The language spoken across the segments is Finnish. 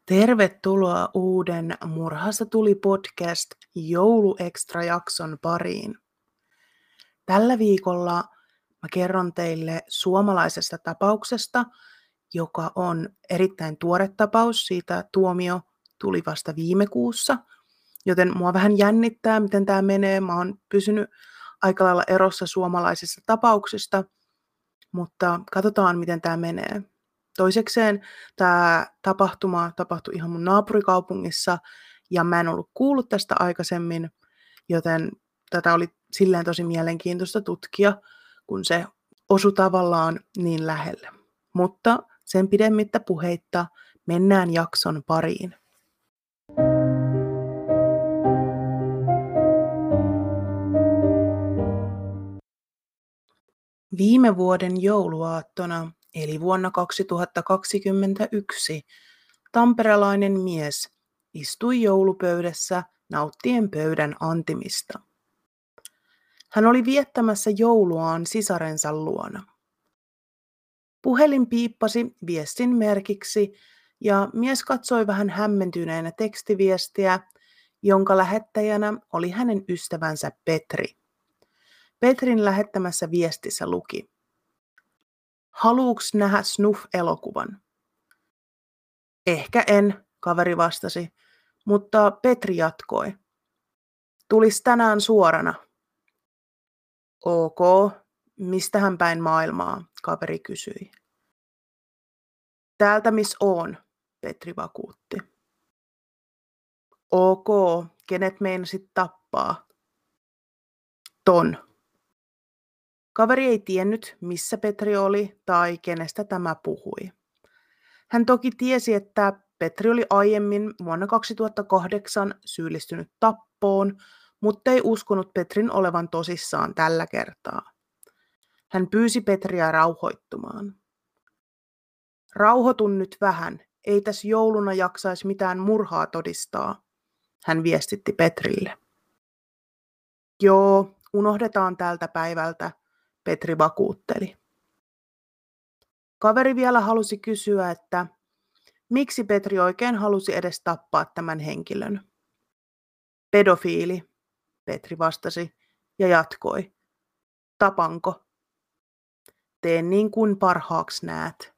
Tervetuloa uuden Murhasta tuli podcast jouluekstrajakson pariin. Tällä viikolla mä kerron teille suomalaisesta tapauksesta, joka on erittäin tuore tapaus. Siitä tuomio tuli vasta viime kuussa, joten mua vähän jännittää, miten tämä menee. Mä oon pysynyt aika lailla erossa suomalaisista tapauksista, mutta katsotaan, miten tämä menee. Toisekseen tämä tapahtuma tapahtui ihan mun naapurikaupungissa ja mä en ollut kuullut tästä aikaisemmin, joten tätä oli silleen tosi mielenkiintoista tutkia, kun se osui tavallaan niin lähelle. Mutta sen pidemmittä puheitta mennään jakson pariin. Viime vuoden jouluaattona, eli vuonna 2021, tamperelainen mies istui joulupöydässä nauttien pöydän antimista. Hän oli viettämässä jouluaan sisarensa luona. Puhelin piippasi viestin merkiksi ja mies katsoi vähän hämmentyneenä tekstiviestiä, jonka lähettäjänä oli hänen ystävänsä Petri. Petrin lähettämässä viestissä luki: "Haluuks nähdä Snuff-elokuvan?" "Ehkä en", kaveri vastasi, mutta Petri jatkoi: "Tulis tänään suorana." "Ok, mistähän päin maailmaa?" kaveri kysyi. "Täältä miss oon", Petri vakuutti. "Ok, kenet meinasit tappaa?" "Ton." Kaveri ei tiennyt, missä Petri oli tai kenestä tämä puhui. Hän toki tiesi, että Petri oli aiemmin vuonna 2008 syyllistynyt tappoon, mutta ei uskonut Petrin olevan tosissaan tällä kertaa. Hän pyysi Petriä rauhoittumaan. "Rauhoitun nyt vähän, ei tässä jouluna jaksaisi mitään murhaa todistaa", hän viestitti Petrille. "Joo, unohdetaan tältä päivältä", Petri vakuutteli. Kaveri vielä halusi kysyä, että miksi Petri oikein halusi edes tappaa tämän henkilön. "Pedofiili", Petri vastasi ja jatkoi: "Tapanko?" "Tee niin kuin parhaaksi näet."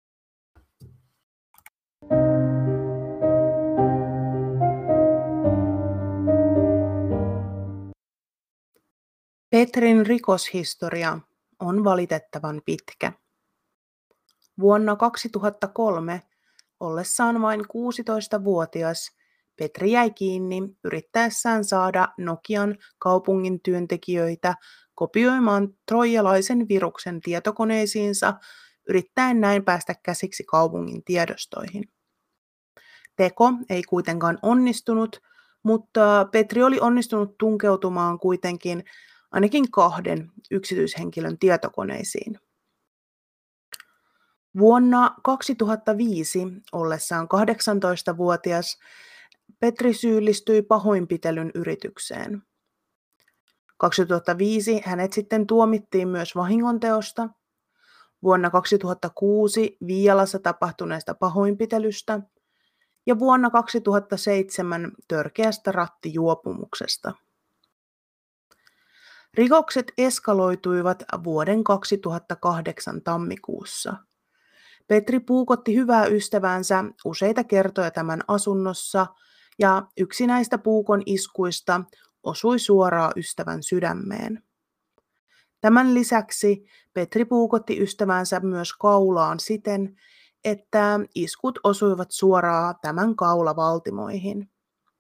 Petrin rikoshistoria on valitettavan pitkä. Vuonna 2003, ollessaan vain 16-vuotias, Petri jäi kiinni yrittäessään saada Nokian kaupungin työntekijöitä kopioimaan troijalaisen viruksen tietokoneisiinsa, yrittäen näin päästä käsiksi kaupungin tiedostoihin. Teko ei kuitenkaan onnistunut, mutta Petri oli onnistunut tunkeutumaan kuitenkin ainakin 2 yksityishenkilön tietokoneisiin. Vuonna 2005, ollessaan 18-vuotias, Petri syyllistyi pahoinpitelyn yritykseen. 2005 hänet sitten tuomittiin myös vahingonteosta, vuonna 2006 Viialassa tapahtuneesta pahoinpitelystä ja vuonna 2007 törkeästä rattijuopumuksesta. Rikokset eskaloituivat vuoden 2008 tammikuussa. Petri puukotti hyvää ystäväänsä useita kertoja tämän asunnossa ja yksi näistä puukon iskuista osui suoraan ystävän sydämeen. Tämän lisäksi Petri puukotti ystävänsä myös kaulaan siten, että iskut osuivat suoraan tämän kaulavaltimoihin.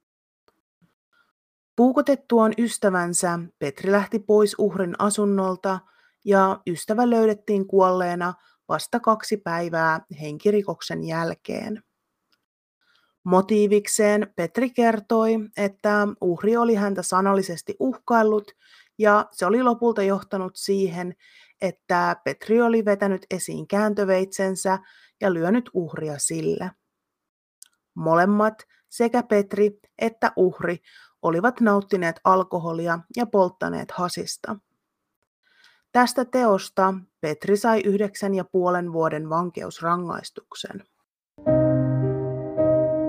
Puukotettuaan ystävänsä Petri lähti pois uhrin asunnolta ja ystävä löydettiin kuolleena vasta 2 päivää henkirikoksen jälkeen. Motiivikseen Petri kertoi, että uhri oli häntä sanallisesti uhkaillut ja se oli lopulta johtanut siihen, että Petri oli vetänyt esiin kääntöveitsensä ja lyönyt uhria sillä. Molemmat, sekä Petri että uhri, olivat nauttineet alkoholia ja polttaneet hasista. Tästä teosta Petri sai 9,5 vuoden vankeusrangaistuksen.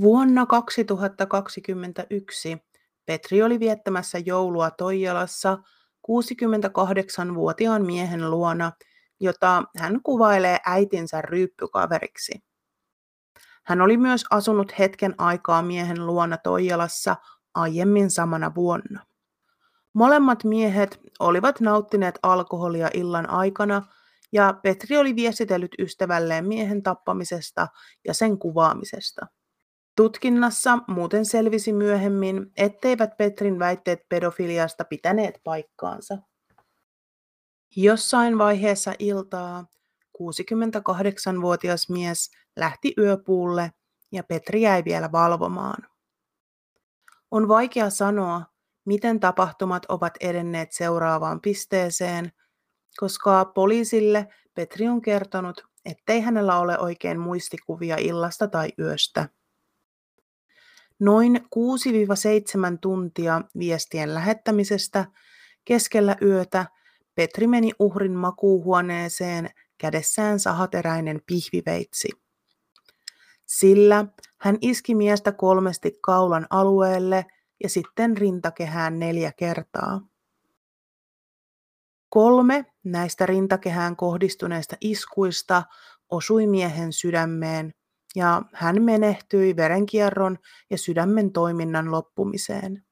Vuonna 2021 Petri oli viettämässä joulua Toijalassa 68-vuotiaan miehen luona, jota hän kuvailee äitinsä ryyppykaveriksi. Hän oli myös asunut hetken aikaa miehen luona Toijalassa aiemmin samana vuonna. Molemmat miehet olivat nauttineet alkoholia illan aikana ja Petri oli viestitellyt ystävälleen miehen tappamisesta ja sen kuvaamisesta. Tutkinnassa muuten selvisi myöhemmin, etteivät Petrin väitteet pedofiliasta pitäneet paikkaansa. Jossain vaiheessa iltaa 68-vuotias mies lähti yöpuulle ja Petri jäi vielä valvomaan. On vaikea sanoa, miten tapahtumat ovat edenneet seuraavaan pisteeseen, koska poliisille Petri on kertonut, ettei hänellä ole oikein muistikuvia illasta tai yöstä. Noin 6-7 tuntia viestien lähettämisestä keskellä yötä Petri meni uhrin makuuhuoneeseen kädessään sahateräinen pihviveitsi. Sillä hän iski miestä 3 kaulan alueelle ja sitten rintakehään 4 kertaa. 3 näistä rintakehään kohdistuneista iskuista osui miehen sydämeen ja hän menehtyi verenkierron ja sydämen toiminnan loppumiseen.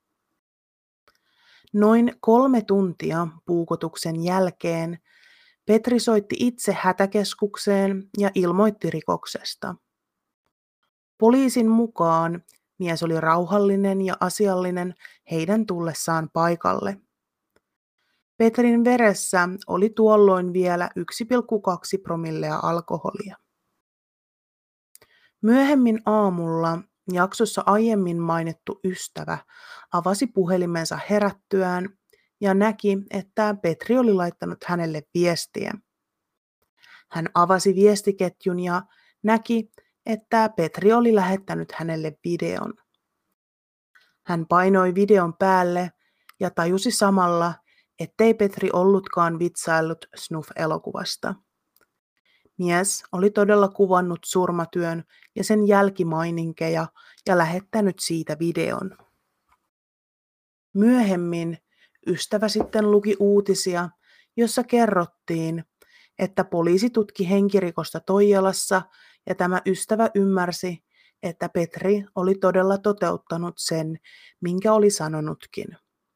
Noin 3 tuntia puukotuksen jälkeen Petri soitti itse hätäkeskukseen ja ilmoitti rikoksesta. Poliisin mukaan mies oli rauhallinen ja asiallinen heidän tullessaan paikalle. Petrin veressä oli tuolloin vielä 1,2 promillea alkoholia. Myöhemmin aamulla jaksossa aiemmin mainittu ystävä avasi puhelimensa herättyään ja näki, että Petri oli laittanut hänelle viestiä. Hän avasi viestiketjun ja näki, että Petri oli lähettänyt hänelle videon. Hän painoi videon päälle ja tajusi samalla, ettei Petri ollutkaan vitsaillut Snuff-elokuvasta. Mies oli todella kuvannut surmatyön ja sen jälkimaininkeja ja lähettänyt siitä videon. Myöhemmin ystävä sitten luki uutisia, jossa kerrottiin, että poliisi tutki henkirikosta Toijalassa ja tämä ystävä ymmärsi, että Petri oli todella toteuttanut sen, minkä oli sanonutkin.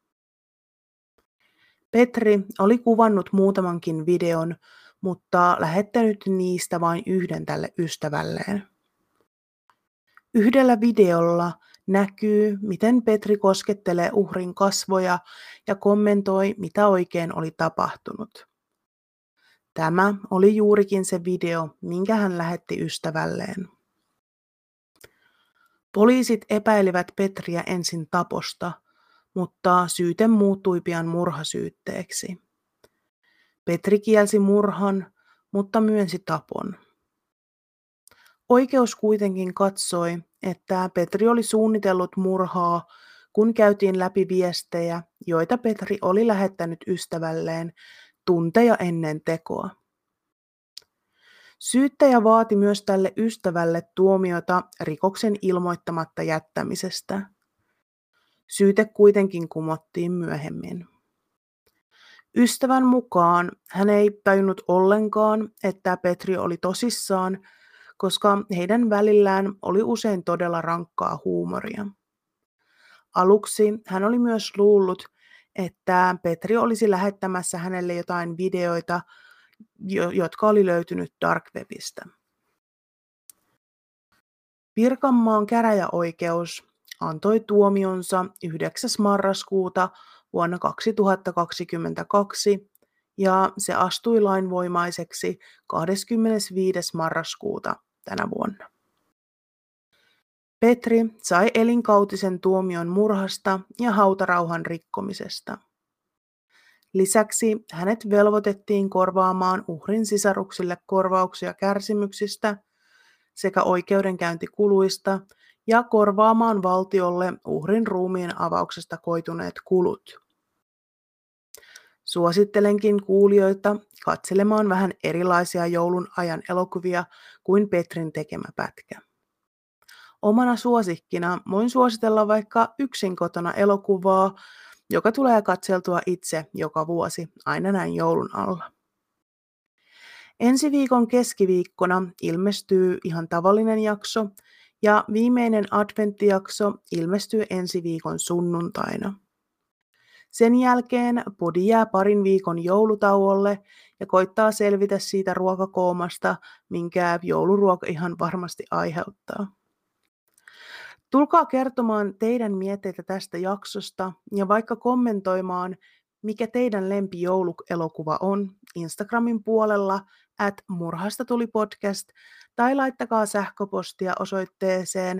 Petri oli kuvannut muutamankin videon, mutta lähettänyt niistä vain yhden tälle ystävälleen. Yhdellä videolla näkyy, miten Petri koskettelee uhrin kasvoja ja kommentoi, mitä oikein oli tapahtunut. Tämä oli juurikin se video, minkä hän lähetti ystävälleen. Poliisit epäilivät Petriä ensin taposta, mutta syyte muuttui pian murhasyytteeksi. Petri kielsi murhan, mutta myönsi tapon. Oikeus kuitenkin katsoi, että Petri oli suunnitellut murhaa, kun käytiin läpi viestejä, joita Petri oli lähettänyt ystävälleen tunteja ennen tekoa. Syyttäjä vaati myös tälle ystävälle tuomiota rikoksen ilmoittamatta jättämisestä. Syyte kuitenkin kumottiin myöhemmin. Ystävän mukaan hän ei tajunnut ollenkaan, että Petri oli tosissaan, koska heidän välillään oli usein todella rankkaa huumoria. Aluksi hän oli myös luullut, että Petri olisi lähettämässä hänelle jotain videoita, jotka oli löytynyt Darkwebistä. Pirkanmaan käräjäoikeus antoi tuomionsa 9. marraskuuta vuonna 2022 ja se astui lainvoimaiseksi 25. marraskuuta tänä vuonna. Petri sai elinkautisen tuomion murhasta ja hautarauhan rikkomisesta. Lisäksi hänet velvoitettiin korvaamaan uhrin sisaruksille korvauksia kärsimyksistä sekä oikeudenkäyntikuluista ja korvaamaan valtiolle uhrin ruumiin avauksesta koituneet kulut. Suosittelenkin kuulijoita katselemaan vähän erilaisia joulun ajan elokuvia kuin Petrin tekemä pätkä. Omana suosikkina voin suositella vaikka Yksin kotona elokuvaa, joka tulee katseltua itse joka vuosi aina näin joulun alla. Ensi viikon keskiviikkona ilmestyy ihan tavallinen jakso ja viimeinen adventtijakso ilmestyy ensi viikon sunnuntaina. Sen jälkeen podi jää parin viikon joulutauolle ja koittaa selvitä siitä ruokakoomasta, minkä jouluruoka ihan varmasti aiheuttaa. Tulkaa kertomaan teidän mietteitä tästä jaksosta ja vaikka kommentoimaan, mikä teidän lempijouluelokuva on Instagramin puolella @murhastatulipodcast tai laittakaa sähköpostia osoitteeseen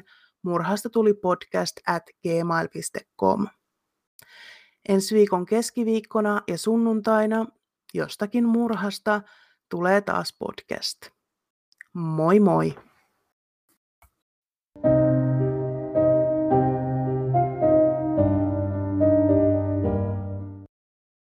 murhastatulipodcast@gmail.com. Ensi viikon keskiviikkona ja sunnuntaina jostakin murhasta tulee taas podcast. Moi moi!